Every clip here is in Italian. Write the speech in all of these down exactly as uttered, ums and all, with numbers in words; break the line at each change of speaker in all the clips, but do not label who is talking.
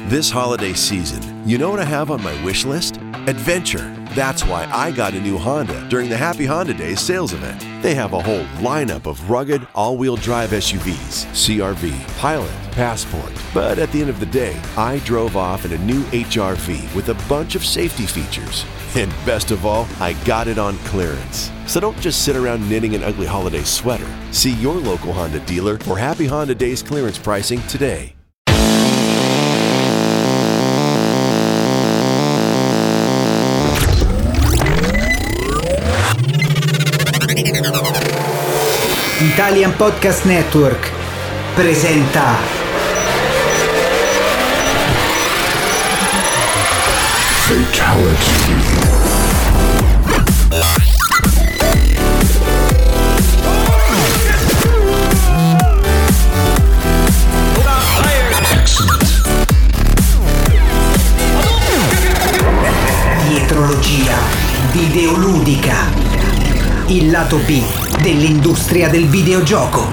This holiday season, you know what I have on my wish list? Adventure. That's why I got a new Honda during the Happy Honda Days sales event. They have a whole lineup of rugged, all-wheel drive S U Vs, C R V, Pilot, Passport. But at the end of the day, I drove off in a new H R V with a bunch of safety features. And best of all, I got it on clearance. So don't just sit around knitting an ugly holiday sweater. See your local Honda dealer for Happy Honda Days clearance pricing today.
Italian Podcast Network presenta
Fatality.
Dietrologia videoludica, il lato B dell'industria del videogioco.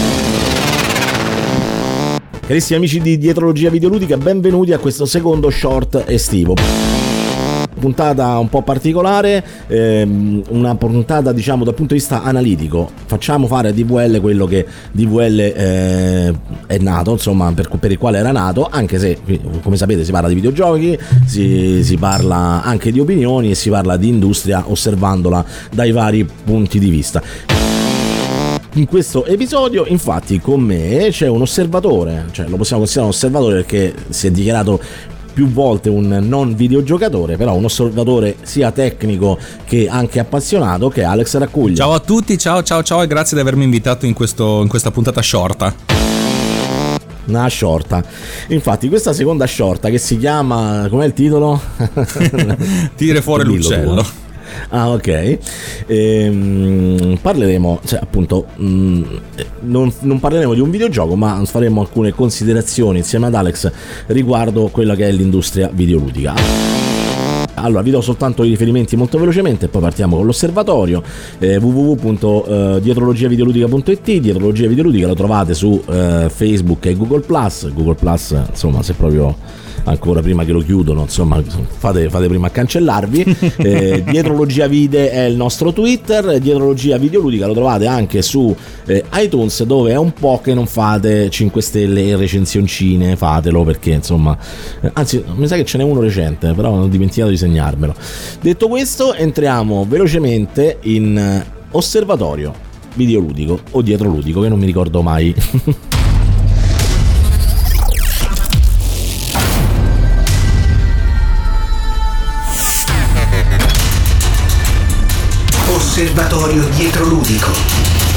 Carissimi amici di Dietrologia Videoludica, benvenuti a questo secondo short estivo. Puntata un po' particolare, ehm, una puntata diciamo dal punto di vista analitico. Facciamo fare a D V L quello che D V L eh, è nato, insomma, per, per il quale era nato, anche se, come sapete, si parla di videogiochi, si, si parla anche di opinioni e si parla di industria osservandola dai vari punti di vista. In questo episodio, infatti, con me c'è un osservatore, cioè lo possiamo considerare un osservatore perché si è dichiarato più volte un non videogiocatore, però un osservatore sia tecnico che anche appassionato, che è Alex Raccuglia.
Ciao a tutti, ciao ciao ciao e grazie di avermi invitato in, questo, in questa puntata shorta.
Una shorta. Infatti questa seconda shorta che si chiama, com'è il titolo?
Tire fuori l'uccello.
Ah, ok. Ehm, parleremo, cioè appunto mh, non, non parleremo di un videogioco, ma faremo alcune considerazioni insieme ad Alex riguardo quella che è l'industria videoludica. Allora, vi do soltanto i riferimenti molto velocemente e poi partiamo con l'osservatorio. eh, w w w punto dietrologia videoludica punto i t. Dietrologia Videoludica lo trovate su eh, Facebook e Google Plus. Google Plus, insomma, se proprio ancora prima che lo chiudono, insomma, fate, fate prima a cancellarvi. eh, Dietrologia Vide è il nostro Twitter. Dietrologia Videoludica lo trovate anche su eh, iTunes, dove è un po' che non fate cinque stelle e recensioncine. Fatelo, perché insomma, eh, anzi mi sa che ce n'è uno recente, però ho dimenticato di segnarmelo. Detto questo, entriamo velocemente in osservatorio videoludico o dietroludico, che non mi ricordo mai.
Osservatorio dietroludico.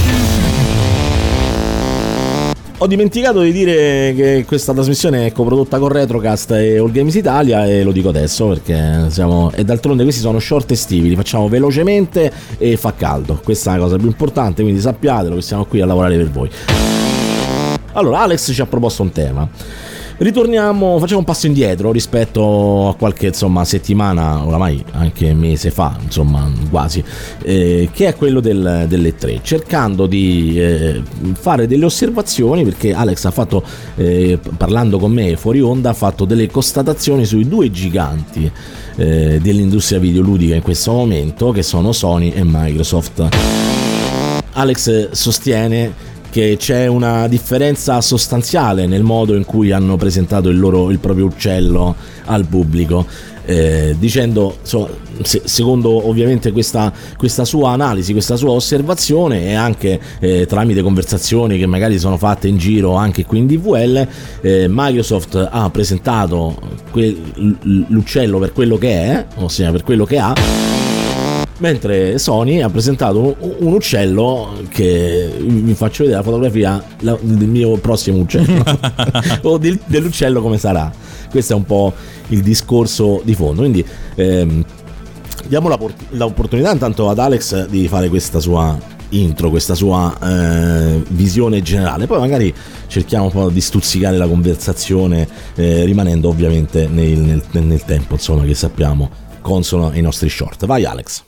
Ho dimenticato di dire che questa trasmissione è coprodotta con Retrocast e All Games Italia, e lo dico adesso perché siamo, e d'altronde questi sono short estivi, li facciamo velocemente e fa caldo, questa è la cosa più importante, quindi sappiatelo che siamo qui a lavorare per voi. Allora, Alex ci ha proposto un tema. Ritorniamo, facciamo un passo indietro rispetto a qualche, insomma, settimana, oramai anche mese fa, insomma, quasi, eh, che è quello del, delle tre, cercando di eh, fare delle osservazioni, perché Alex ha fatto, eh, parlando con me fuori onda, ha fatto delle constatazioni sui due giganti eh, dell'industria videoludica in questo momento, che sono Sony e Microsoft. Alex sostiene che c'è una differenza sostanziale nel modo in cui hanno presentato il loro il proprio uccello al pubblico, eh, dicendo, insomma, se, secondo ovviamente questa, questa sua analisi, questa sua osservazione, e anche eh, tramite conversazioni che magari sono fatte in giro anche qui in D V L, eh, Microsoft ha presentato que- l'uccello per quello che è, ossia per quello che ha, mentre Sony ha presentato un, un uccello che vi faccio vedere la fotografia la, del mio prossimo uccello o del, dell'uccello come sarà. Questo è un po' il discorso di fondo, quindi ehm, diamo la, l'opportunità intanto ad Alex di fare questa sua intro, questa sua eh, visione generale, poi magari cerchiamo un po' di stuzzicare la conversazione, eh, rimanendo ovviamente nel, nel, nel tempo, insomma, che sappiamo consono ai nostri short. Vai Alex.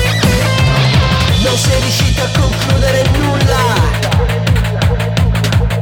Non sei riuscito a concludere nulla.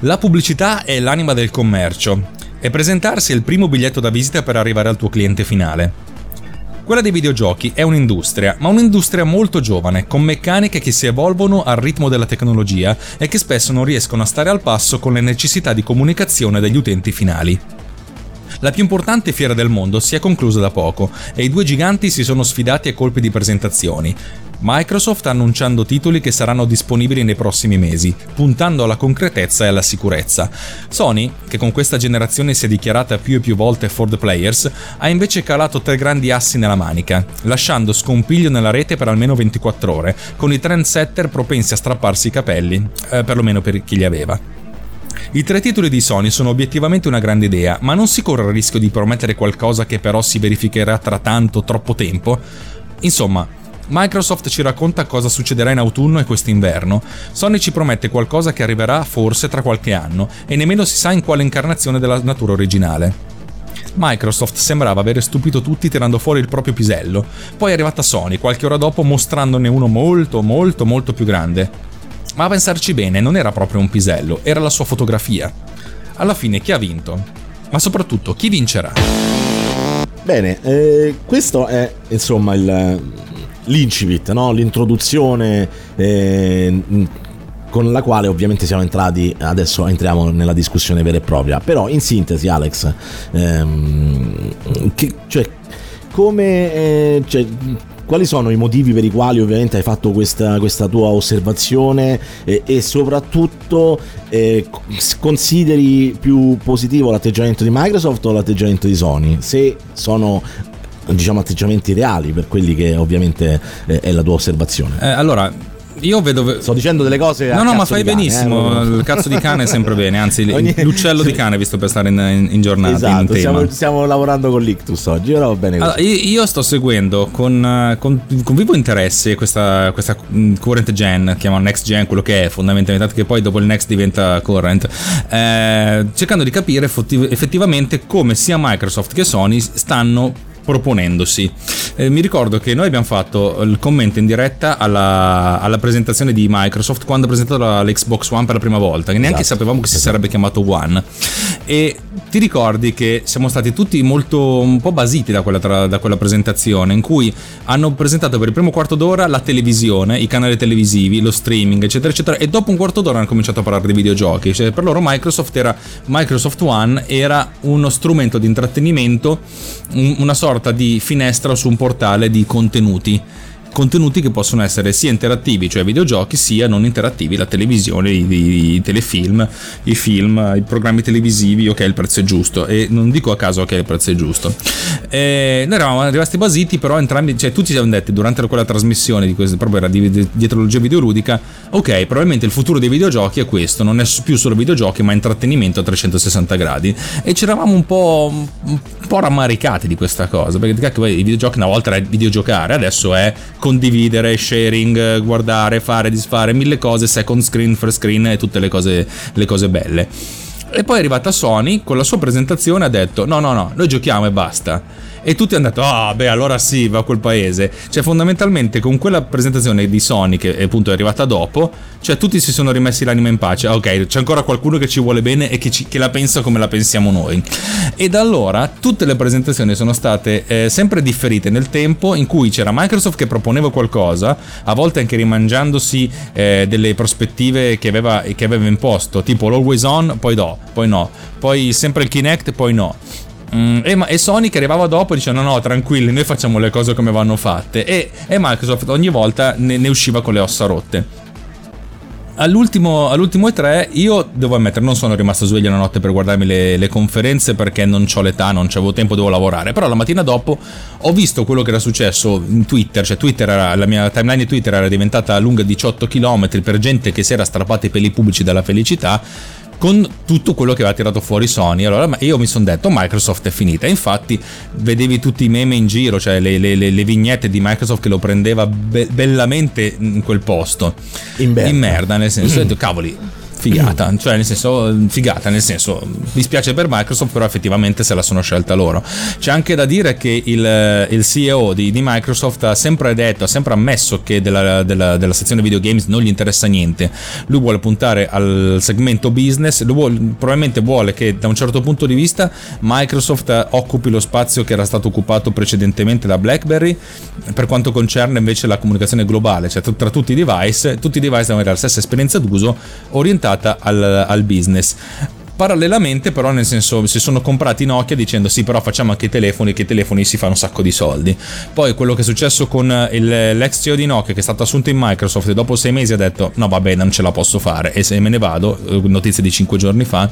La pubblicità è l'anima del commercio e presentarsi è il primo biglietto da visita per arrivare al tuo cliente finale. Quella dei videogiochi è un'industria, ma un'industria molto giovane, con meccaniche che si evolvono al ritmo della tecnologia e che spesso non riescono a stare al passo con le necessità di comunicazione degli utenti finali. La più importante fiera del mondo si è conclusa da poco e i due giganti si sono sfidati a colpi di presentazioni. Microsoft annunciando titoli che saranno disponibili nei prossimi mesi, puntando alla concretezza e alla sicurezza. Sony, che con questa generazione si è dichiarata più e più volte for the players, ha invece calato tre grandi assi nella manica, lasciando scompiglio nella rete per almeno ventiquattro ore, con i trendsetter propensi a strapparsi i capelli, eh, perlomeno per chi li aveva. I tre titoli di Sony sono obiettivamente una grande idea, ma non si corre il rischio di promettere qualcosa che però si verificherà tra tanto, troppo tempo? Insomma, Microsoft ci racconta cosa succederà in autunno e quest'inverno. Sony ci promette qualcosa che arriverà forse tra qualche anno e nemmeno si sa in quale incarnazione della natura originale. Microsoft sembrava avere stupito tutti tirando fuori il proprio pisello, poi è arrivata Sony qualche ora dopo mostrandone uno molto molto molto più grande. Ma a pensarci bene, non era proprio un pisello, era la sua fotografia. Alla fine chi ha vinto? Ma soprattutto chi vincerà?
Bene, eh, questo è insomma il, l'incipit, no? L'introduzione eh, con la quale ovviamente siamo entrati, adesso entriamo nella discussione vera e propria. Però in sintesi, Alex, ehm, che, cioè, come... Eh, cioè, quali sono i motivi per i quali ovviamente hai fatto questa, questa tua osservazione e, e soprattutto eh, consideri più positivo l'atteggiamento di Microsoft o l'atteggiamento di Sony? Se sono, diciamo, atteggiamenti reali per quelli che ovviamente eh, è la tua osservazione.
Eh, allora... Io vedo.
Sto dicendo delle cose.
No, no, ma fai benissimo. Cane, eh? Il cazzo di cane è sempre bene. Anzi, Ogni... l'uccello di cane, visto per stare in, in giornata.
Esatto,
in
stiamo, stiamo lavorando con l'ictus oggi. Ora va bene così.
Allora, io, io sto seguendo con, con, con vivo interesse questa, questa current gen, chiamano next gen, quello che è fondamentalmente, che poi dopo il next diventa current. Eh, cercando di capire effettivamente come sia Microsoft che Sony stanno proponendosi. Eh, mi ricordo che noi abbiamo fatto il commento in diretta alla, alla presentazione di Microsoft quando ha presentato la, l'Xbox One per la prima volta, che neanche esatto. sapevamo che si sarebbe chiamato One, e ti ricordi che siamo stati tutti molto un po' basiti da quella, tra, da quella presentazione in cui hanno presentato per il primo quarto d'ora la televisione, i canali televisivi, lo streaming eccetera eccetera, e dopo un quarto d'ora hanno cominciato a parlare di videogiochi. Cioè, per loro Microsoft era Microsoft One era uno strumento di intrattenimento, un, una sorta di finestra su un portale di contenuti contenuti che possono essere sia interattivi, cioè videogiochi, sia non interattivi, la televisione, i, i, i telefilm, i film, i programmi televisivi. Ok, il prezzo è giusto, e non dico a caso che il prezzo è giusto. E noi eravamo rimasti basiti, però entrambi, cioè tutti ci siamo detti durante quella trasmissione di questo, proprio era di, di dietrologia videoludica, ok, probabilmente il futuro dei videogiochi è questo, non è più solo videogiochi ma intrattenimento a trecentosessanta gradi, e ci eravamo un po' un po' rammaricati di questa cosa, perché cacchio, i videogiochi una volta era videogiocare, adesso è condividere, sharing, guardare, fare, disfare, mille cose, second screen, first screen e tutte le cose, le cose belle. E poi è arrivata Sony con la sua presentazione, ha detto no no no, noi giochiamo e basta. E tutti hanno detto ah oh, beh allora sì, va a quel paese. Cioè fondamentalmente con quella presentazione di Sony, che appunto è arrivata dopo, cioè tutti si sono rimessi l'anima in pace. Ok, c'è ancora qualcuno che ci vuole bene e che, ci, che la pensa come la pensiamo noi. E da allora tutte le presentazioni sono state eh, sempre differite nel tempo, in cui c'era Microsoft che proponeva qualcosa, a volte anche rimangiandosi eh, delle prospettive che aveva, che aveva imposto, tipo l'Always On, poi no, poi no, poi sempre il Kinect, poi no. Mm, e, e Sony che arrivava dopo e diceva no no tranquilli, noi facciamo le cose come vanno fatte, e, e Microsoft ogni volta ne, ne usciva con le ossa rotte. All'ultimo, all'ultimo E tre io devo ammettere non sono rimasto sveglio la notte per guardarmi le, le conferenze, perché non c'ho l'età, non c'avevo tempo, devo lavorare. Però la mattina dopo ho visto quello che era successo in Twitter, cioè Twitter era, la mia timeline di Twitter era diventata lunga diciotto chilometri per gente che si era strappata i peli pubblici dalla felicità con tutto quello che aveva tirato fuori Sony. Allora io mi sono detto Microsoft è finita, infatti vedevi tutti i meme in giro, cioè le, le, le vignette di Microsoft che lo prendeva be- bellamente in quel posto, in merda, in merda nel senso, ho detto cavoli, figata, mm. cioè nel senso figata, nel senso mi spiace per Microsoft, però effettivamente se la sono scelta loro. C'è anche da dire che il, il C E O di, di Microsoft ha sempre detto, ha sempre ammesso che della, della, della sezione videogames non gli interessa niente, lui vuole puntare al segmento business, lui vuole, probabilmente vuole che da un certo punto di vista Microsoft occupi lo spazio che era stato occupato precedentemente da BlackBerry per quanto concerne invece la comunicazione globale, cioè tra tutti i device, tutti i device devono avere la stessa esperienza d'uso orientata al, al business. Parallelamente però, nel senso, si sono comprati Nokia dicendo sì, però facciamo anche i telefoni, che i telefoni si fanno un sacco di soldi. Poi quello che è successo con il, l'ex C E O di Nokia, che è stato assunto in Microsoft, e dopo sei mesi ha detto no vabbè, non ce la posso fare e se me ne vado, notizia di cinque giorni fa.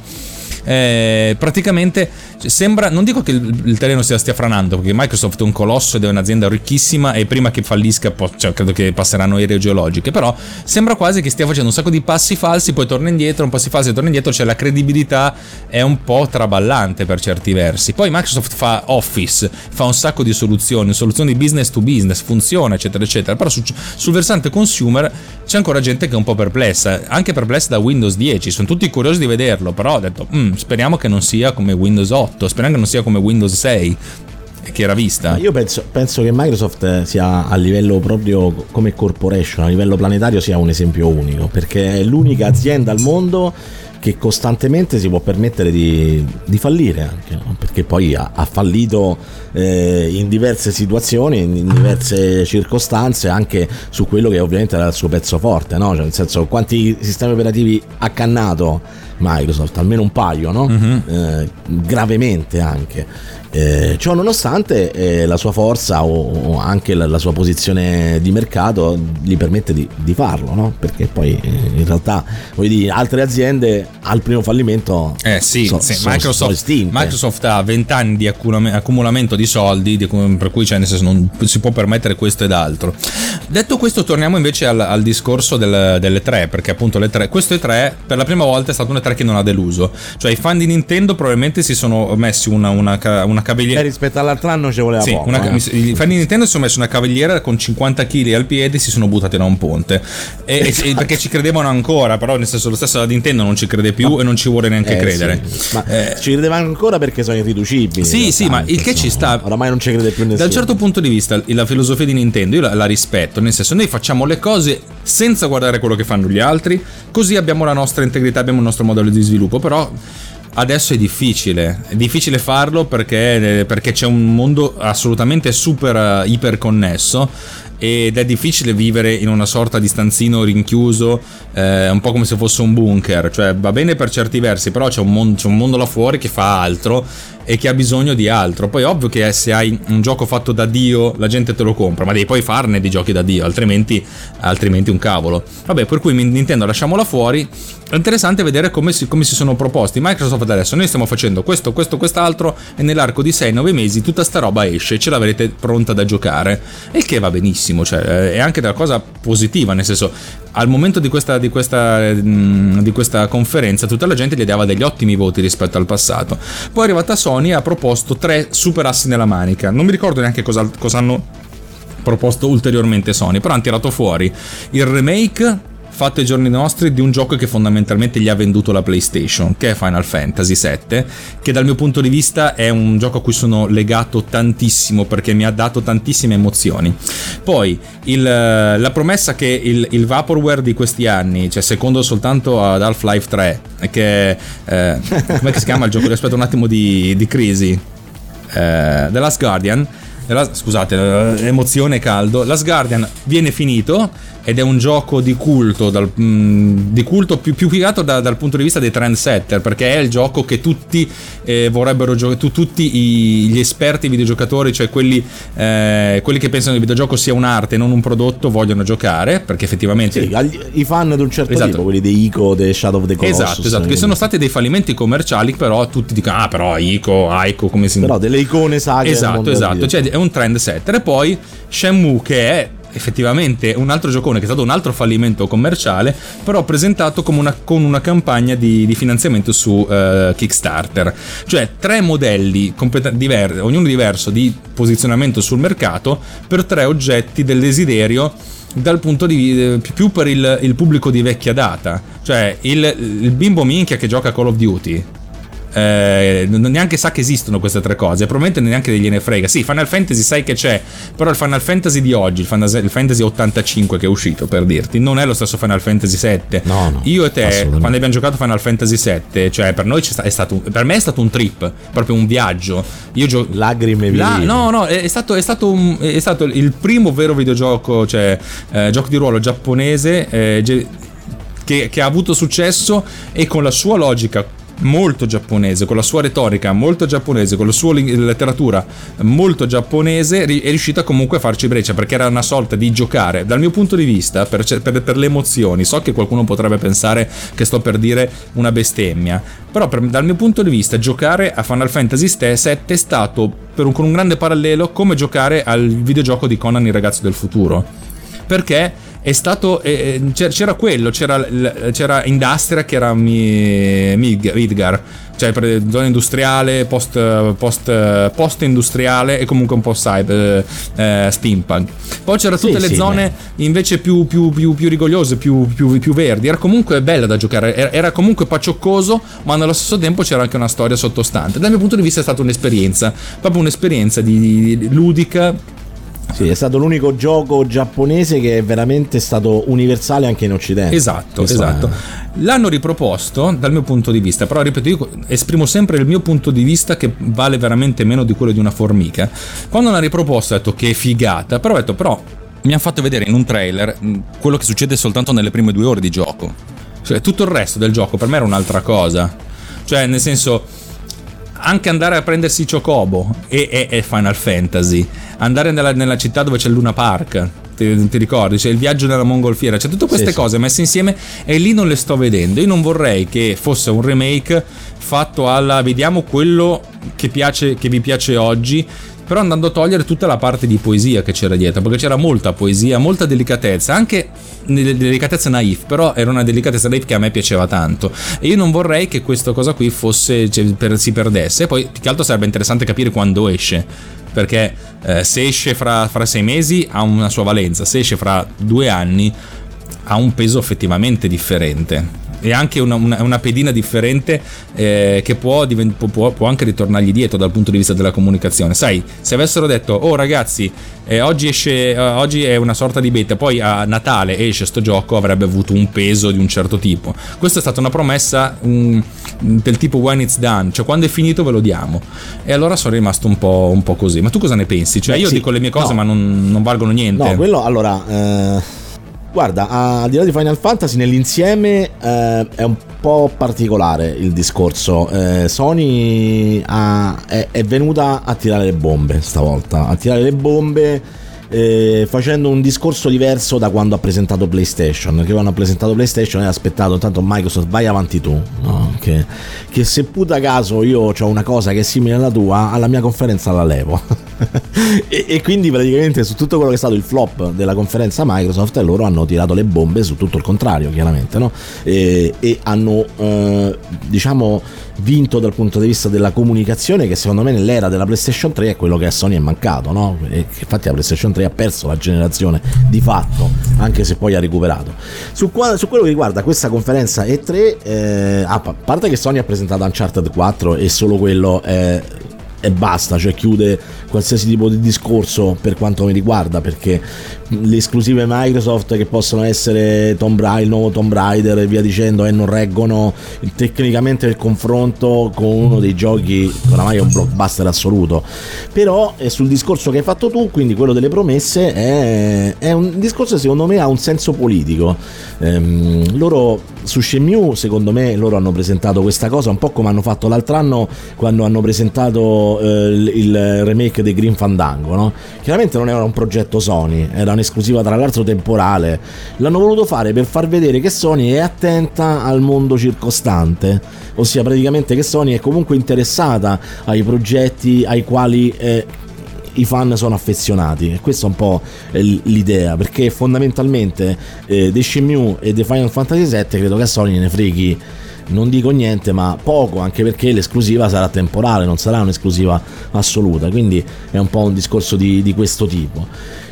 Eh, praticamente sembra, non dico che il, il terreno stia, stia franando, perché Microsoft è un colosso ed è un'azienda ricchissima e prima che fallisca cioè, credo che passeranno ere geologiche, però sembra quasi che stia facendo un sacco di passi falsi, poi torna indietro, un passi falsi e torna indietro, cioè la credibilità è un po' traballante per certi versi. Poi Microsoft fa Office, fa un sacco di soluzioni, soluzioni business to business, funziona eccetera eccetera, però su, sul versante consumer c'è ancora gente che è un po' perplessa, anche perplessa da Windows dieci, sono tutti curiosi di vederlo, però ho detto mm, speriamo che non sia come Windows otto, speriamo che non sia come Windows sei che era vista.
Io penso, penso che Microsoft sia a livello proprio come corporation, a livello planetario sia un esempio unico, perché è l'unica azienda al mondo che costantemente si può permettere di, di fallire anche, no? Perché poi ha, ha fallito eh, in diverse situazioni, in diverse circostanze, anche su quello che ovviamente era il suo pezzo forte, no? Cioè, nel senso, quanti sistemi operativi ha cannato Microsoft? Almeno un paio, no? Mm-hmm. Eh, gravemente anche. Eh, ciò nonostante eh, la sua forza o, o anche la, la sua posizione di mercato gli permette di, di farlo, no? Perché poi eh, in realtà voglio dire, altre aziende al primo fallimento
eh sì,
so,
sì.
So,
Microsoft,
so
Microsoft ha venti anni di accumulamento di soldi, di, per cui cioè, nel senso, non si può permettere questo ed altro. Detto questo, torniamo invece al, al discorso del, delle tre, perché appunto le tre, questo E tre per la prima volta è stato un E tre che non ha deluso, cioè i fan di Nintendo probabilmente si sono messi una, una, una cavaliera
eh, rispetto all'altro anno ci voleva
sì,
poco
una,
eh.
i fan di Nintendo si sono messi una cavaliera con cinquanta chili al piede e si sono buttati da un ponte e, e, perché ci credevano ancora, però nel senso lo stesso la Nintendo non ci crede più ma, e non ci vuole neanche
eh,
credere
sì. Ma
eh,
ci credevano ancora perché sono irriducibili
sì sì ma il che ci sta,
oramai non ci crede più nessuno.
Dal certo punto di vista la filosofia di Nintendo io la, la rispetto, nel senso noi facciamo le cose senza guardare quello che fanno gli altri, così abbiamo la nostra integrità, abbiamo il nostro modello di sviluppo, però adesso è difficile, è difficile farlo perché, perché c'è un mondo assolutamente super iper connesso ed è difficile vivere in una sorta di stanzino rinchiuso, eh, un po' come se fosse un bunker, cioè va bene per certi versi, però c'è un mondo, c'è un mondo là fuori che fa altro e che ha bisogno di altro. Poi ovvio che se hai un gioco fatto da Dio la gente te lo compra, ma devi poi farne di giochi da Dio, altrimenti, altrimenti un cavolo. Vabbè, per cui Nintendo lasciamola fuori. È interessante vedere come si, come si sono proposti Microsoft adesso. Noi stiamo facendo questo, questo, quest'altro e nell'arco di sei nove mesi tutta sta roba esce e ce l'avrete pronta da giocare, il che va benissimo, cioè è anche della cosa positiva, nel senso al momento di questa, di questa, di questa conferenza tutta la gente gli dava degli ottimi voti rispetto al passato. Poi è arrivata Sony e ha proposto tre super assi nella manica, non mi ricordo neanche cosa, cosa hanno proposto ulteriormente Sony, però hanno tirato fuori il remake fatto ai giorni nostri di un gioco che fondamentalmente gli ha venduto la PlayStation, che è Final Fantasy sette, che dal mio punto di vista è un gioco a cui sono legato tantissimo perché mi ha dato tantissime emozioni. Poi il, la promessa che il, il Vaporware di questi anni, cioè secondo soltanto ad Half-Life tre, che eh, come si chiama il gioco? Aspetta un attimo di, di crisi, eh, The Last Guardian, la, scusate, emozione caldo, Last Guardian viene finito ed è un gioco di culto, dal, mh, di culto più, più piegato da, dal punto di vista dei trendsetter, perché è il gioco che tutti eh, vorrebbero giocare, tu, tutti i, gli esperti videogiocatori, cioè quelli, eh, quelli che pensano che il videogioco sia un'arte e non un prodotto, vogliono giocare, perché effettivamente
sì, i fan di un certo
esatto.
tipo, quelli dei Ico, dei Shadow of the Colossus,
esatto, esatto, che sono stati dei fallimenti commerciali, però tutti dicono ah però Ico, Ico come si
però delle icone sagre,
esatto, esatto, cioè è un trendsetter. E poi Shenmue, che è effettivamente un altro giocone che è stato un altro fallimento commerciale, però presentato come una, con una campagna di, di finanziamento su uh, Kickstarter, cioè tre modelli complet- diver- ognuno diverso di posizionamento sul mercato per tre oggetti del desiderio dal punto di più, più per il, il pubblico di vecchia data, cioè il, il bimbo minchia che gioca a Call of Duty. Eh, non neanche sa che esistono queste tre cose, probabilmente neanche gliene frega. Sì, Final Fantasy sai che c'è, però il Final Fantasy di oggi, il Fantasy, il Fantasy ottantacinque che è uscito, per dirti, non è lo stesso Final Fantasy sette.
No, no,
io e te quando abbiamo giocato Final Fantasy sette, cioè per noi è stato, per me è stato un trip, proprio un viaggio. Io gio-
lacrime
La, no no è stato, è stato, un, è stato il primo vero videogioco, cioè eh, gioco di ruolo giapponese eh, che, che ha avuto successo e con la sua logica molto giapponese, con la sua retorica molto giapponese, con la sua letteratura molto giapponese, è riuscita comunque a farci breccia, perché era una sorta di giocare, dal mio punto di vista, per, per, per le emozioni. So che qualcuno potrebbe pensare che sto per dire una bestemmia, però per, dal mio punto di vista giocare a Final Fantasy sette è stato, per un, con un grande parallelo, come giocare al videogioco di Conan il ragazzo del futuro, perché è stato eh, c'era quello, c'era, c'era Industria che era Midgar, cioè per zona industriale, post, post, post industriale e comunque un po' cyber, eh, steampunk. Poi c'era tutte sì, le sì, zone beh. invece più, più, più, più rigogliose, più, più, più verdi. Era comunque bella da giocare, era, era comunque paccioccoso, ma nello stesso tempo c'era anche una storia sottostante. Dal mio punto di vista è stata un'esperienza, proprio un'esperienza di, di ludica.
Sì, è stato l'unico gioco giapponese che è veramente stato universale anche in Occidente.
Esatto,
Questo
esatto. È... L'hanno riproposto dal mio punto di vista, però ripeto, io esprimo sempre il mio punto di vista che vale veramente meno di quello di una formica. Quando l'hanno riproposto ho detto che figata, però ho detto però mi hanno fatto vedere in un trailer quello che succede soltanto nelle prime due ore di gioco. Cioè tutto il resto del gioco per me era un'altra cosa. Cioè nel senso, anche andare a prendersi Chocobo e, e, e Final Fantasy, andare nella, nella città dove c'è il Luna Park, ti, ti ricordi? C'è il viaggio nella mongolfiera, c'è tutte queste sì, cose sì. messe insieme e lì non le sto vedendo. Io non vorrei che fosse un remake fatto alla vediamo quello che piace, che vi piace oggi, però andando a togliere tutta la parte di poesia che c'era dietro, perché c'era molta poesia, molta delicatezza, anche delicatezza naif, però era una delicatezza naif che a me piaceva tanto e io non vorrei che questa cosa qui fosse, cioè, per, si perdesse. E poi più che altro sarebbe interessante capire quando esce, perché eh, se esce fra, fra sei mesi ha una sua valenza, se esce fra due anni ha un peso effettivamente differente e anche una, una, una pedina differente eh, che può, divent- può, può anche ritornargli dietro dal punto di vista della comunicazione. Sai, se avessero detto oh ragazzi eh, oggi esce eh, oggi è una sorta di beta, poi a Natale esce sto gioco, avrebbe avuto un peso di un certo tipo. Questa è stata una promessa um, del tipo when it's done, cioè quando è finito ve lo diamo, e allora sono rimasto un po', un po' così. Ma tu cosa ne pensi? Cioè io sì, dico le mie cose no. ma non, non valgono niente.
No, quello allora eh... Guarda, al di là di Final Fantasy, nell'insieme eh, è un po' particolare il discorso. Eh, Sony ha, è, è venuta a tirare le bombe stavolta, a tirare le bombe eh, facendo un discorso diverso da quando ha presentato PlayStation. Che quando ha presentato PlayStation ha aspettato intanto Microsoft vai avanti tu, no? che, che se puta caso io ho una cosa che è simile alla tua, alla mia conferenza la levo. e, e quindi praticamente su tutto quello che è stato il flop della conferenza Microsoft loro hanno tirato le bombe su tutto il contrario, chiaramente, no? e, e hanno eh, diciamo vinto dal punto di vista della comunicazione, che secondo me nell'era della PlayStation tre è quello che a Sony è mancato, no? E infatti la PlayStation tre ha perso la generazione di fatto, anche se poi ha recuperato. Su, qua, su quello che riguarda questa conferenza E tre, eh, a parte che Sony ha presentato Uncharted quattro e solo quello è e basta, cioè chiude qualsiasi tipo di discorso per quanto mi riguarda, perché le esclusive Microsoft che possono essere Tomb Raider, il nuovo Tomb Raider e via dicendo, e non reggono tecnicamente il confronto con uno dei giochi che oramai è un blockbuster assoluto. Però eh, sul discorso che hai fatto tu, quindi quello delle promesse, è, è un discorso che secondo me ha un senso politico. Ehm, loro su Shenmue, secondo me loro hanno presentato questa cosa un po' come hanno fatto l'altro anno quando hanno presentato eh, il remake di Grim Fandango, no? Chiaramente non era un progetto Sony, era un'esclusiva tra l'altro temporale. L'hanno voluto fare per far vedere che Sony è attenta al mondo circostante, ossia praticamente che Sony è comunque interessata ai progetti ai quali eh, i fan sono affezionati, e questa è un po' l'idea, perché fondamentalmente eh, dei Shenmue e dei Final Fantasy sette credo che a Sony ne freghi non dico niente, ma poco, anche perché l'esclusiva sarà temporale, non sarà un'esclusiva assoluta, quindi è un po' un discorso di, di questo tipo.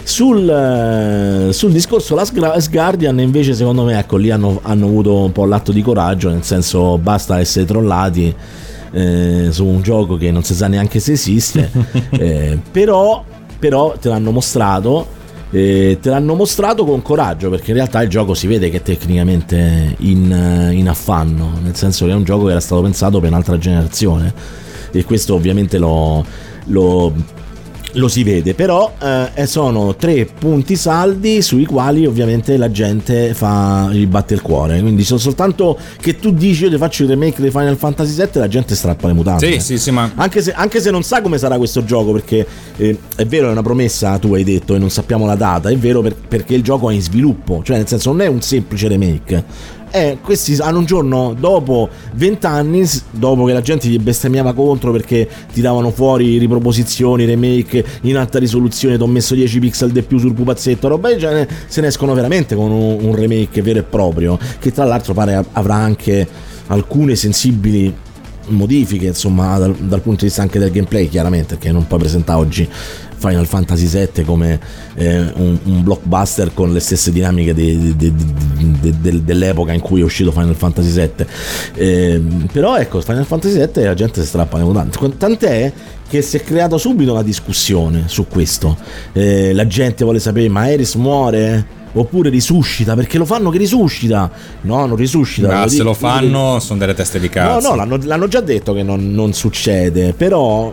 Sul, sul discorso Last Guardian invece secondo me, ecco, lì hanno, hanno avuto un po' l'atto di coraggio, nel senso basta essere trollati eh, su un gioco che non si sa neanche se esiste, eh, però, però te l'hanno mostrato. Eh, te l'hanno mostrato con coraggio, perché in realtà il gioco si vede che è tecnicamente in, in affanno, nel senso che è un gioco che era stato pensato per un'altra generazione, e questo ovviamente lo, lo, lo si vede, però eh, sono tre punti saldi sui quali ovviamente la gente fa gli batte il cuore, quindi sono soltanto che tu dici io ti faccio il remake di Final Fantasy sette, la gente strappa le mutande.
Sì, sì, sì, ma
anche se, anche se non sa come sarà questo gioco, perché eh, è vero, è una promessa, tu hai detto, e non sappiamo la data, è vero, per, perché il gioco è in sviluppo, cioè nel senso non è un semplice remake. Eh, questi hanno un giorno dopo vent'anni, dopo che la gente gli bestemmiava contro perché tiravano fuori riproposizioni, remake in alta risoluzione, ti ho messo dieci pixel di più sul pupazzetto, roba del genere, se ne escono veramente con un, un remake vero e proprio, che tra l'altro pare avrà anche alcune sensibili modifiche, insomma, dal, dal punto di vista anche del gameplay, chiaramente, perché non puoi presentare oggi Final Fantasy sette come eh, un, un blockbuster con le stesse dinamiche de, de, de, de, de, dell'epoca in cui è uscito Final Fantasy sette, eh, però ecco, Final Fantasy sette la gente si strappa le mutande, tant'è che si è creata subito una discussione su questo, eh, la gente vuole sapere: ma Aeris muore? Oppure risuscita? Perché lo fanno che risuscita? No, non risuscita.
Ma
lo
se
dico,
lo fanno sono delle teste di cazzo.
No, no, l'hanno, l'hanno già detto che non, non succede. Però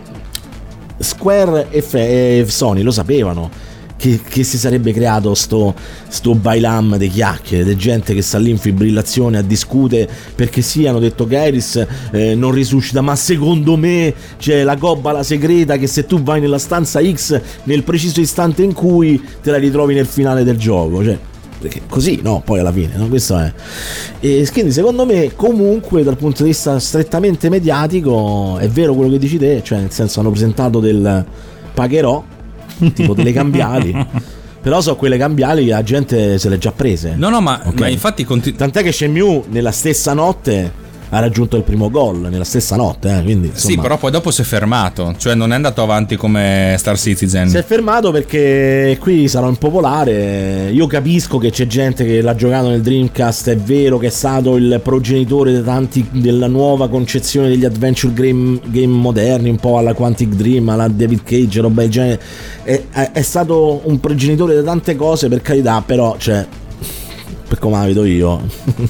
Square e, Fe- e Sony lo sapevano che, che si sarebbe creato sto, sto bailam di chiacchiere, di gente che sta lì in fibrillazione a discute perché sì, hanno detto che Aeris eh, non risuscita, ma secondo me c'è la gobba segreta che se tu vai nella stanza X nel preciso istante in cui te la ritrovi nel finale del gioco, cioè così, no? Poi alla fine, no? Questo è. E quindi secondo me comunque dal punto di vista strettamente mediatico è vero quello che dici te, cioè nel senso hanno presentato del pagherò, tipo delle cambiali, però so quelle cambiali che la gente se le è già prese.
No, no, ma,
okay.
ma infatti continu-
tant'è che Shenmue nella stessa notte ha raggiunto il primo gol, nella stessa notte, eh, quindi insomma.
Sì, però poi dopo si è fermato, cioè non è andato avanti come Star Citizen.
Si è fermato perché qui sarà impopolare. Io capisco che c'è gente che l'ha giocato nel Dreamcast, è vero che è stato il progenitore di tanti della nuova concezione degli adventure game, game moderni, un po' alla Quantic Dream, alla David Cage, roba del genere. È, è, è stato un progenitore di tante cose, per carità, però cioè, per come la vedo io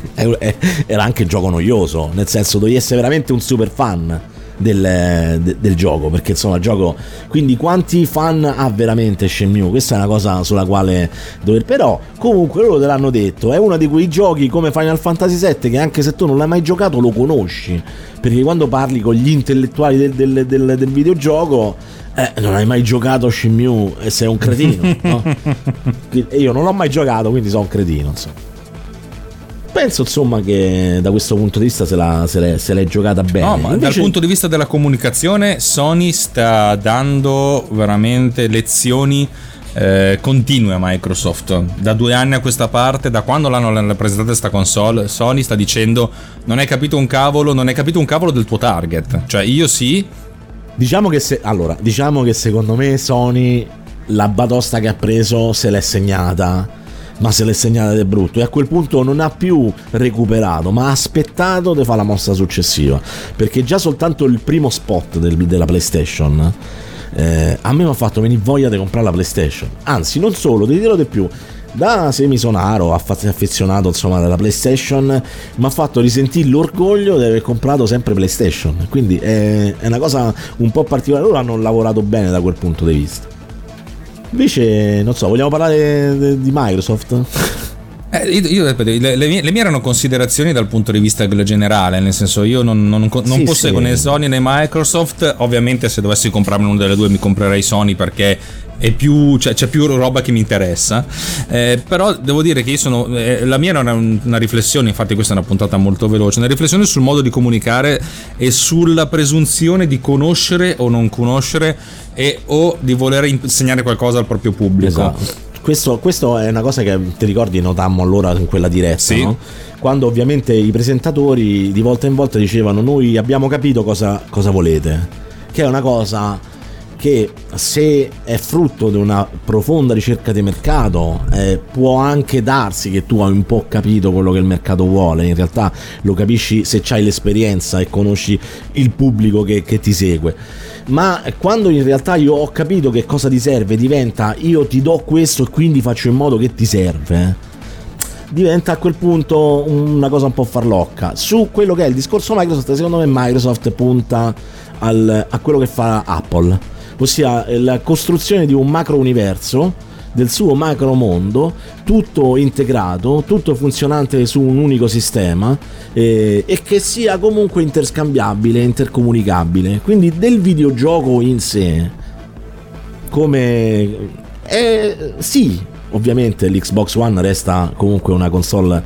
era anche gioco noioso, nel senso dovevi essere veramente un super fan del, de, del gioco, perché insomma il gioco, quindi quanti fan ha veramente Shenmue? Questa è una cosa sulla quale dover, però comunque loro te l'hanno detto, è uno di quei giochi come Final Fantasy sette che anche se tu non l'hai mai giocato lo conosci, perché quando parli con gli intellettuali del, del, del, del videogioco eh, non hai mai giocato Shenmue e sei un cretino, no? E io non l'ho mai giocato, quindi sono un cretino, insomma. Penso insomma che da questo punto di vista se, la, se, l'è, se l'è giocata bene.
No, ma
invece,
dal punto di vista della comunicazione Sony sta dando veramente lezioni eh, continue a Microsoft da due anni a questa parte, da quando l'hanno presentata questa console. Sony sta dicendo: non hai capito un cavolo, non hai capito un cavolo del tuo target. Cioè io sì.
Diciamo che se allora, diciamo che secondo me Sony la batosta che ha preso se l'è segnata, ma se l'è segnata di brutto, e a quel punto non ha più recuperato, ma ha aspettato di fare la mossa successiva, perché già soltanto il primo spot del, della PlayStation eh, a me mi ha fatto venire voglia di comprare la PlayStation. Anzi, non solo, ti dirò di più, da semisonaro affezionato insomma della PlayStation, mi ha fatto risentire l'orgoglio di aver comprato sempre PlayStation, quindi è, è una cosa un po' particolare. Loro hanno lavorato bene da quel punto di vista. Invece non so, vogliamo parlare di Microsoft?
Eh, io, io, le, le, mie, le mie erano considerazioni dal punto di vista generale, nel senso io non, non, non
sì,
posseggo
sì.
né Sony né Microsoft. Ovviamente se dovessi comprarmi una delle due mi comprerei Sony, perché è più, cioè, c'è più roba che mi interessa, eh, però devo dire che io sono eh, la mia era una, una riflessione, infatti questa è una puntata molto veloce, una riflessione sul modo di comunicare e sulla presunzione di conoscere o non conoscere e o di voler insegnare qualcosa al proprio pubblico.
Esatto. questo, questo è una cosa che ti ricordi notammo allora in quella diretta,
sì.
no? Quando ovviamente i presentatori di volta in volta dicevano noi abbiamo capito cosa, cosa volete, che è una cosa che se è frutto di una profonda ricerca di mercato eh, può anche darsi che tu hai un po' capito quello che il mercato vuole, in realtà lo capisci se c'hai l'esperienza e conosci il pubblico che, che ti segue. Ma quando in realtà io ho capito che cosa ti serve, diventa io ti do questo e quindi faccio in modo che ti serve, diventa a quel punto una cosa un po' farlocca. Su quello che è il discorso Microsoft, secondo me Microsoft punta al, a quello che fa Apple, ossia la costruzione di un macro universo, del suo macro mondo, tutto integrato, tutto funzionante su un unico sistema eh, e che sia comunque interscambiabile, intercomunicabile. Quindi del videogioco in sé, come eh, sì, ovviamente l'Xbox One resta comunque una console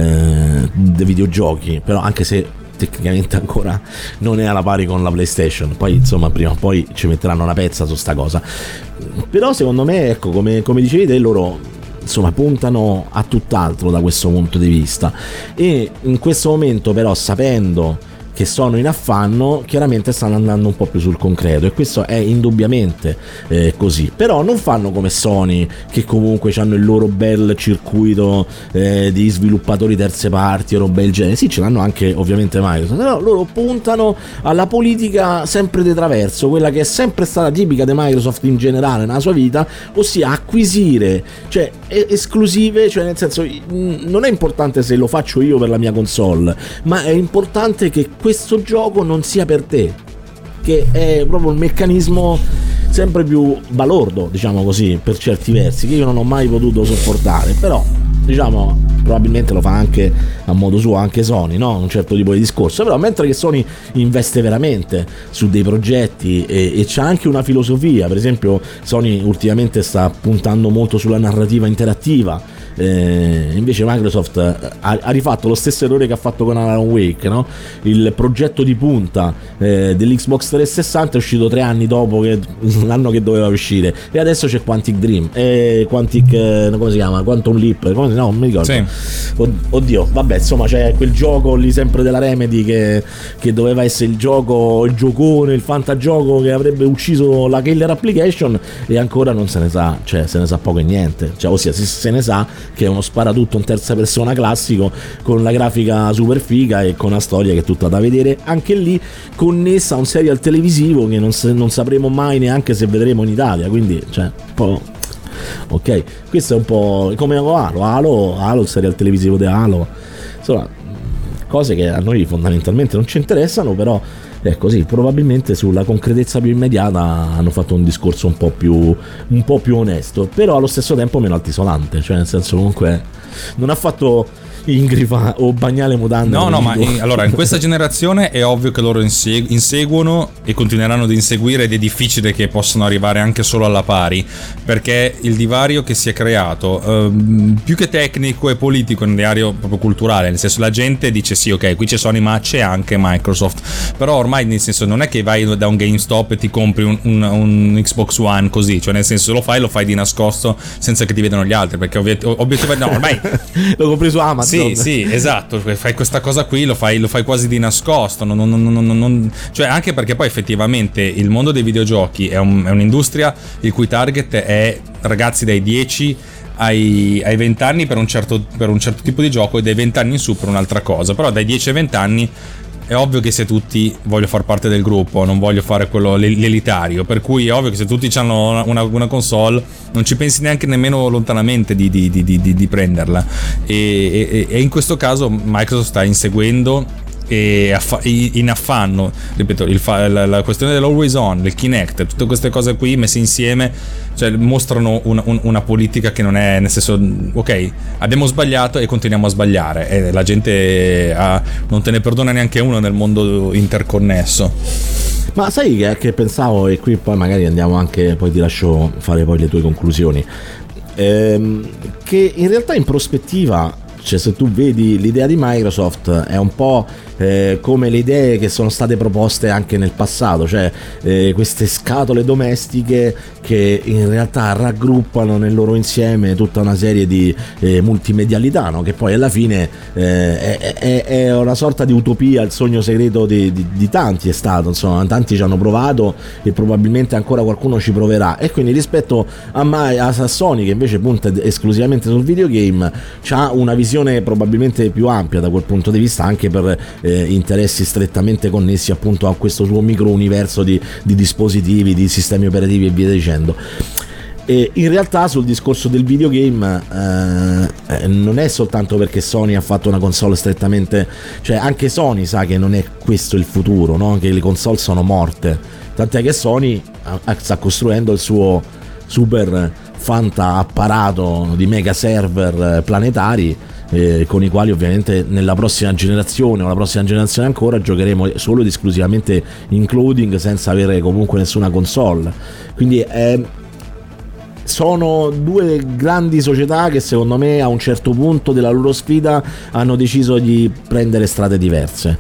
eh, dei videogiochi, però anche se tecnicamente ancora non è alla pari con la PlayStation, poi insomma prima o poi ci metteranno una pezza su sta cosa. Però secondo me, ecco, come, come dicevi te, loro insomma puntano a tutt'altro da questo punto di vista, e in questo momento però, sapendo che sono in affanno, chiaramente stanno andando un po' più sul concreto, e questo è indubbiamente eh, così. Però non fanno come Sony, che comunque hanno il loro bel circuito eh, di sviluppatori terze parti o roba del genere. Sì, ce l'hanno anche ovviamente Microsoft, però loro puntano alla politica sempre di traverso, quella che è sempre stata tipica di Microsoft in generale nella sua vita, ossia acquisire, cioè esclusive, cioè nel senso non è importante se lo faccio io per la mia console, ma è importante che questo gioco non sia per te, che è proprio un meccanismo sempre più balordo, diciamo così, per certi versi, che io non ho mai potuto sopportare. Però diciamo probabilmente lo fa anche a modo suo anche Sony, no? Un certo tipo di discorso. Però mentre che Sony investe veramente su dei progetti e, e c'ha anche una filosofia, per esempio Sony ultimamente sta puntando molto sulla narrativa interattiva, eh, invece Microsoft ha, ha rifatto lo stesso errore che ha fatto con Alan Wake, no? Il progetto di punta eh, dell'Xbox trecentosessanta è uscito tre anni dopo che, l'anno che doveva uscire, e adesso c'è Quantic Dream e Quantic eh, come si chiama? Quantum Leap, come, no, non mi ricordo.
Sì.
Oddio, vabbè, insomma c'è quel gioco lì sempre della Remedy che, che doveva essere il gioco, il giocone, il fantagioco che avrebbe ucciso la killer application, e ancora non se ne sa, cioè se ne sa poco e niente, cioè ossia se, se ne sa che è uno sparatutto in terza persona classico con la grafica super figa e con una storia che è tutta da vedere, anche lì connessa a un serial televisivo che non, non sapremo mai neanche se vedremo in Italia, quindi cioè un po'. Ok, questo è un po' come Halo, Halo, Halo, il serial televisivo di Halo, insomma cose che a noi fondamentalmente non ci interessano, però è così. Probabilmente sulla concretezza più immediata hanno fatto un discorso un po' più un po' più onesto, però allo stesso tempo meno altisolante, cioè nel senso comunque non ha fatto Ingrifa o Bagnale Mutande.
No, no, ma in, allora in questa generazione è ovvio che loro insegu- inseguono e continueranno ad inseguire, ed è difficile che possano arrivare anche solo alla pari, perché il divario che si è creato ehm, più che tecnico e politico, è un divario proprio culturale, nel senso la gente dice sì, ok, qui c'è Sony ma c'è anche Microsoft, però ormai nel senso non è che vai da un GameStop e ti compri un, un, un Xbox One così, cioè nel senso lo fai, lo fai di nascosto senza che ti vedano gli altri, perché obiet- obiettivamente no, ormai
lo compri su Amazon.
Sì, sì, esatto, fai questa cosa qui, lo fai, lo fai quasi di nascosto, non, non, non, non, non, cioè anche perché poi effettivamente il mondo dei videogiochi è, un, è un'industria il cui target è ragazzi dai dieci ai, ai venti anni per un, certo, per un certo tipo di gioco, e dai venti anni in su per un'altra cosa, però dai dieci ai venti anni è ovvio che se tutti voglio far parte del gruppo, non voglio fare quello l'elitario, per cui è ovvio che se tutti hanno una, una console non ci pensi neanche nemmeno lontanamente di, di, di, di, di prenderla, e, e, e in questo caso Microsoft sta inseguendo e in affanno, ripeto, il fa, la, la questione dell'always on, del Kinect, tutte queste cose qui messe insieme, cioè mostrano una, un, una politica che non è, nel senso, ok, abbiamo sbagliato e continuiamo a sbagliare, e la gente ha, non te ne perdona neanche uno nel mondo interconnesso.
Ma sai che, che pensavo, e qui poi magari andiamo anche, poi ti lascio fare poi le tue conclusioni, ehm, che in realtà in prospettiva cioè se tu vedi l'idea di Microsoft è un po' eh, come le idee che sono state proposte anche nel passato, cioè eh, queste scatole domestiche che in realtà raggruppano nel loro insieme tutta una serie di eh, multimedialità, no? Che poi alla fine eh, è, è, è una sorta di utopia, il sogno segreto di, di, di tanti è stato, insomma, tanti ci hanno provato e probabilmente ancora qualcuno ci proverà, e quindi rispetto a, a, a Sony, che invece punta esclusivamente sul videogame, c'ha una visione probabilmente più ampia da quel punto di vista, anche per eh, interessi strettamente connessi appunto a questo suo micro universo di, di dispositivi, di sistemi operativi e via dicendo. E in realtà sul discorso del videogame eh, non è soltanto perché Sony ha fatto una console strettamente, cioè anche Sony sa che non è questo il futuro, no? Che le console sono morte, tant'è che Sony sta costruendo il suo super fanta apparato di mega server planetari, eh, con i quali ovviamente nella prossima generazione o la prossima generazione ancora giocheremo solo ed esclusivamente in clouding, senza avere comunque nessuna console. Quindi è sono due grandi società che secondo me a un certo punto della loro sfida hanno deciso di prendere strade diverse.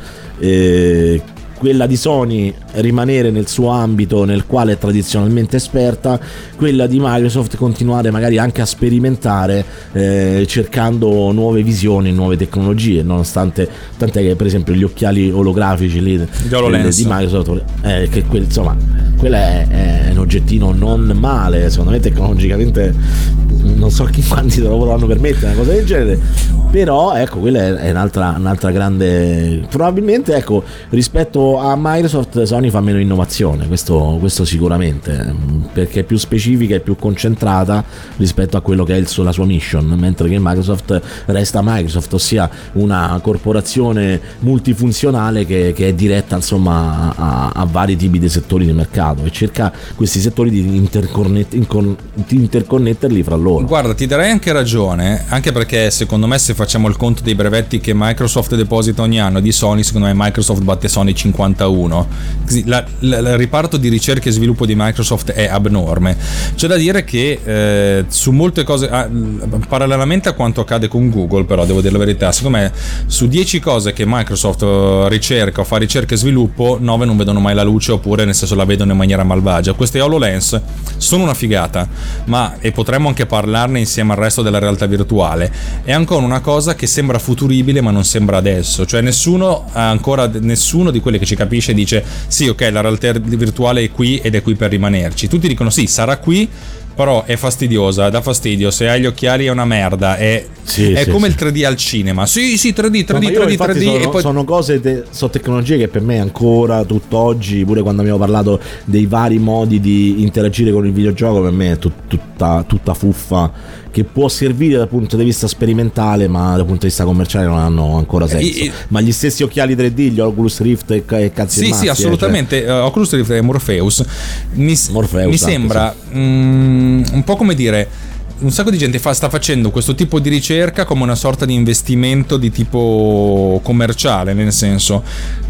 Eh, quella di Sony rimanere nel suo ambito nel quale è tradizionalmente esperta, quella di Microsoft continuare magari anche a sperimentare, eh, cercando nuove visioni, nuove tecnologie, nonostante tant'è che per esempio gli occhiali olografici lì di Microsoft, eh, che quel, insomma quello è, è un oggettino non male, secondo me tecnologicamente non so chi quanti se lo potranno permettere una cosa del genere, però ecco quella è, è un'altra, un'altra grande, probabilmente ecco rispetto a Microsoft Sony fa meno innovazione, questo, questo sicuramente, perché è più specifica e più concentrata rispetto a quello che è il suo, la sua mission, mentre che Microsoft resta Microsoft, ossia una corporazione multifunzionale che, che è diretta insomma a, a vari tipi di settori di mercato e cerca questi settori di, interconnet, di interconnetterli fra loro.
Guarda, ti darei anche ragione, anche perché secondo me se facciamo il conto dei brevetti che Microsoft deposita ogni anno di Sony, secondo me Microsoft batte Sony cinquantuno. La, la, il riparto di ricerca e sviluppo di Microsoft è abnorme. C'è da dire che eh, su molte cose, ah, parallelamente a quanto accade con Google, però devo dire la verità, secondo me su dieci cose che Microsoft uh, ricerca o fa ricerca e sviluppo, nove non vedono mai la luce, oppure nel senso la vedono in maniera malvagia. Queste HoloLens sono una figata, ma e potremmo anche parlarne insieme al resto della realtà virtuale, è ancora una cosa che sembra futuribile ma non sembra adesso, cioè nessuno ancora nessuno di quelli che ci capisce dice sì, ok, la realtà virtuale è qui ed è qui per rimanerci. Tutti dicono sì, sarà qui, però è fastidiosa, dà fastidio, se hai gli occhiali è una merda, è,
sì,
è
sì,
come
sì.
il tre D al cinema, sì sì tre D, tre D,
no,
tre D, tre D,
sono,
e poi...
sono cose, te, sono tecnologie che per me ancora tutt'oggi, pure quando abbiamo parlato dei vari modi di interagire con il videogioco, per me è tut, tutta, tutta fuffa, che può servire dal punto di vista sperimentale, ma dal punto di vista commerciale non hanno ancora senso. E, ma gli stessi occhiali tre D, gli Oculus Rift e, e cazzi
sì
mazzi,
sì assolutamente, cioè... uh, Oculus Rift e Morpheus mi,
Morpheus,
mi sembra
sì.
mm, un po' come dire, un sacco di gente fa, sta facendo questo tipo di ricerca come una sorta di investimento di tipo commerciale, nel senso,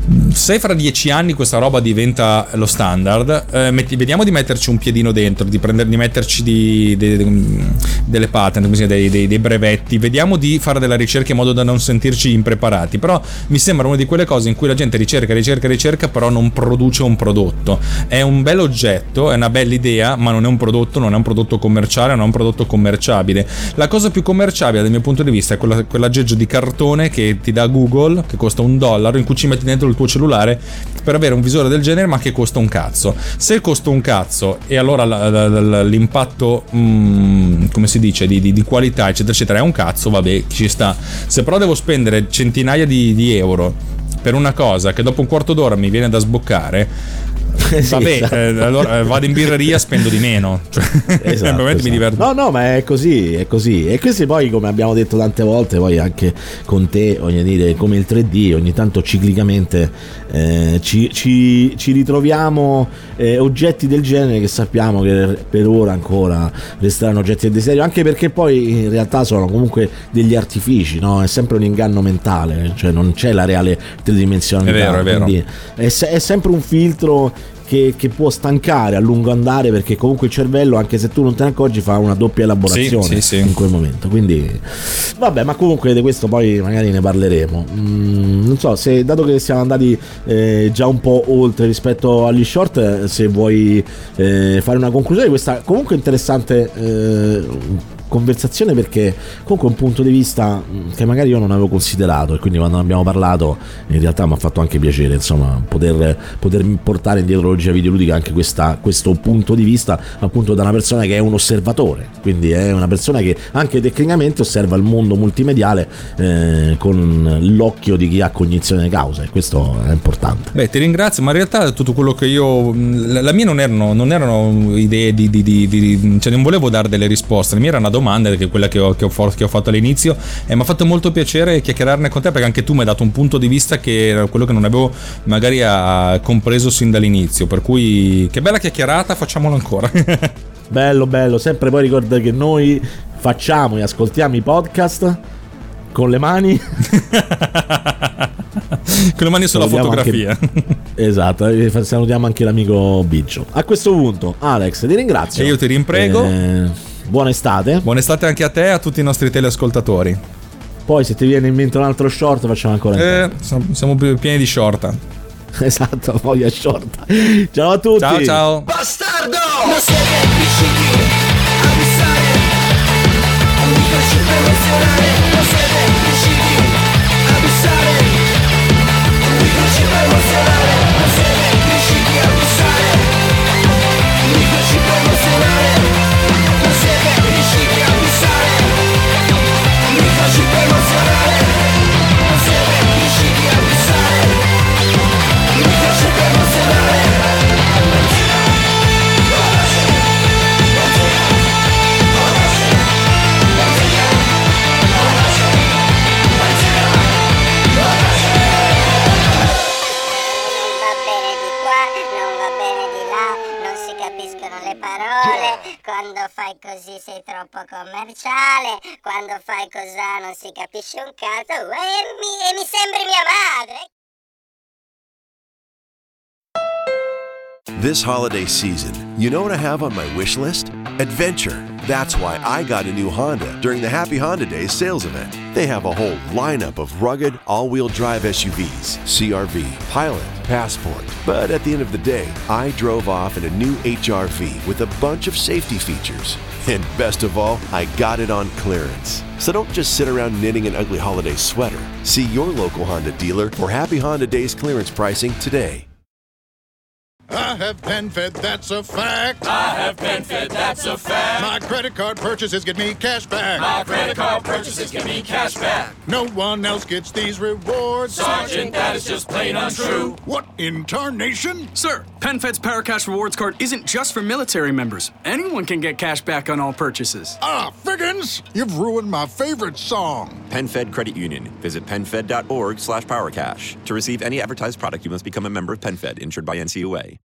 se fra dieci anni questa roba diventa lo standard, eh, metti, vediamo di metterci un piedino dentro, di, prendere, di metterci di, di, di, delle patent, dei, dei, dei brevetti, vediamo di fare della ricerca in modo da non sentirci impreparati. Però mi sembra una di quelle cose in cui la gente ricerca, ricerca, ricerca, però non produce un prodotto. È un bel oggetto, è una bella idea, ma non è un prodotto, non è un prodotto commerciale, non è un prodotto commerciabile. La cosa più commerciabile dal mio punto di vista è quella, quell'aggeggio di cartone che ti dà Google, che costa un dollaro, in cui ci metti dentro il tuo cellulare per avere un visore del genere, ma che costa un cazzo. Se costa un cazzo e allora la, la, la, l'impatto mm, come si dice di, di, di qualità eccetera eccetera è un cazzo, vabbè, ci sta. Se però devo spendere centinaia di, di euro per una cosa che dopo un quarto d'ora mi viene da sboccare, sì, vabbè, esatto. eh, allora vado in birreria, spendo di meno, cioè, esatto, esatto. Mi diverto.
No, no, ma è così, è così. E questi poi, come abbiamo detto tante volte, poi anche con te, voglio dire, come il tre D, ogni tanto ciclicamente eh, ci, ci, ci ritroviamo eh, oggetti del genere che sappiamo che per ora ancora resteranno oggetti del desiderio, anche perché poi in realtà sono comunque degli artifici, no? È sempre un inganno mentale, cioè non c'è la reale tridimensionalità.
È vero, è vero.
È, è sempre un filtro che, che può stancare a lungo andare, perché comunque il cervello, anche se tu non te ne accorgi, fa una doppia elaborazione
sì, sì, sì.
in quel momento. Quindi vabbè, ma comunque di questo poi magari ne parleremo. Mm, non so se, dato che siamo andati eh, già un po' oltre rispetto agli short, se vuoi eh, fare una conclusione di questa comunque interessante eh, conversazione, perché comunque è un punto di vista che magari io non avevo considerato, e quindi quando ne abbiamo parlato in realtà mi ha fatto anche piacere, insomma, poter, poter portare in dietrologia videoludica anche questa, questo punto di vista, appunto, da una persona che è un osservatore, quindi è una persona che anche tecnicamente osserva il mondo multimediale eh, con l'occhio di chi ha cognizione di causa, e questo è importante.
Beh, ti ringrazio, ma in realtà tutto quello che io, la, la mia non erano, non erano idee di, di, di, di, cioè non volevo dare delle risposte, la mia era una domanda, che è quella che ho, che ho, che ho fatto all'inizio, e mi ha fatto molto piacere chiacchierarne con te, perché anche tu mi hai dato un punto di vista che era quello che non avevo magari a, compreso sin dall'inizio, per cui che bella chiacchierata, facciamolo ancora.
Bello, bello, sempre poi ricorda che noi facciamo e ascoltiamo i podcast con le mani
con le mani sulla
salutiamo
fotografia
anche, esatto, salutiamo anche l'amico Biggio. A questo punto, Alex, ti ringrazio
e io ti rimprego.
eh, buona estate.
Buona estate anche a te e a tutti i nostri teleascoltatori.
Poi se ti viene in mente un altro short facciamo ancora
eh, siamo pieni di short.
Esatto, poi a short. Ciao a tutti.
Ciao ciao.
Bastardo! Non siete riusciti a fissare un microchip emozionale. Non siete riusciti a fissare un microchip emozionale. Non siete riusciti a fissare un microchip emozionale. Non siete riusciti a fissare un microchip emozionale. Non siete riusciti a fissare un microchip emozionale.
Quando fai così sei troppo commerciale, quando fai così non si capisce un cazzo, e mi, e mi sembri mia madre.
This holiday season, you know what I have on my wish list? Adventure. That's why I got a new Honda during the Happy Honda Days sales event. They have a whole lineup of rugged, all-wheel drive S U Vs, C R V, Pilot, Passport. But at the end of the day, I drove off in a new H R V with a bunch of safety features. And best of all, I got it on clearance. So don't just sit around knitting an ugly holiday sweater. See your local Honda dealer for Happy Honda Days clearance pricing today.
I have PenFed, that's a fact.
I have PenFed, that's a fact.
My credit card purchases get me cash back.
My credit card purchases get me cash back.
No one else gets these rewards.
Sergeant, that is just plain untrue.
What in tarnation?
Sir, PenFed's Paracash Rewards Card isn't just for military members. Anyone can get cash back on all purchases.
Ah, Figgins, you've ruined my favorite song.
PenFed Credit Union. Visit penfed.org slash powercash. To receive any advertised product, you must become a member of PenFed, insured by N C U A.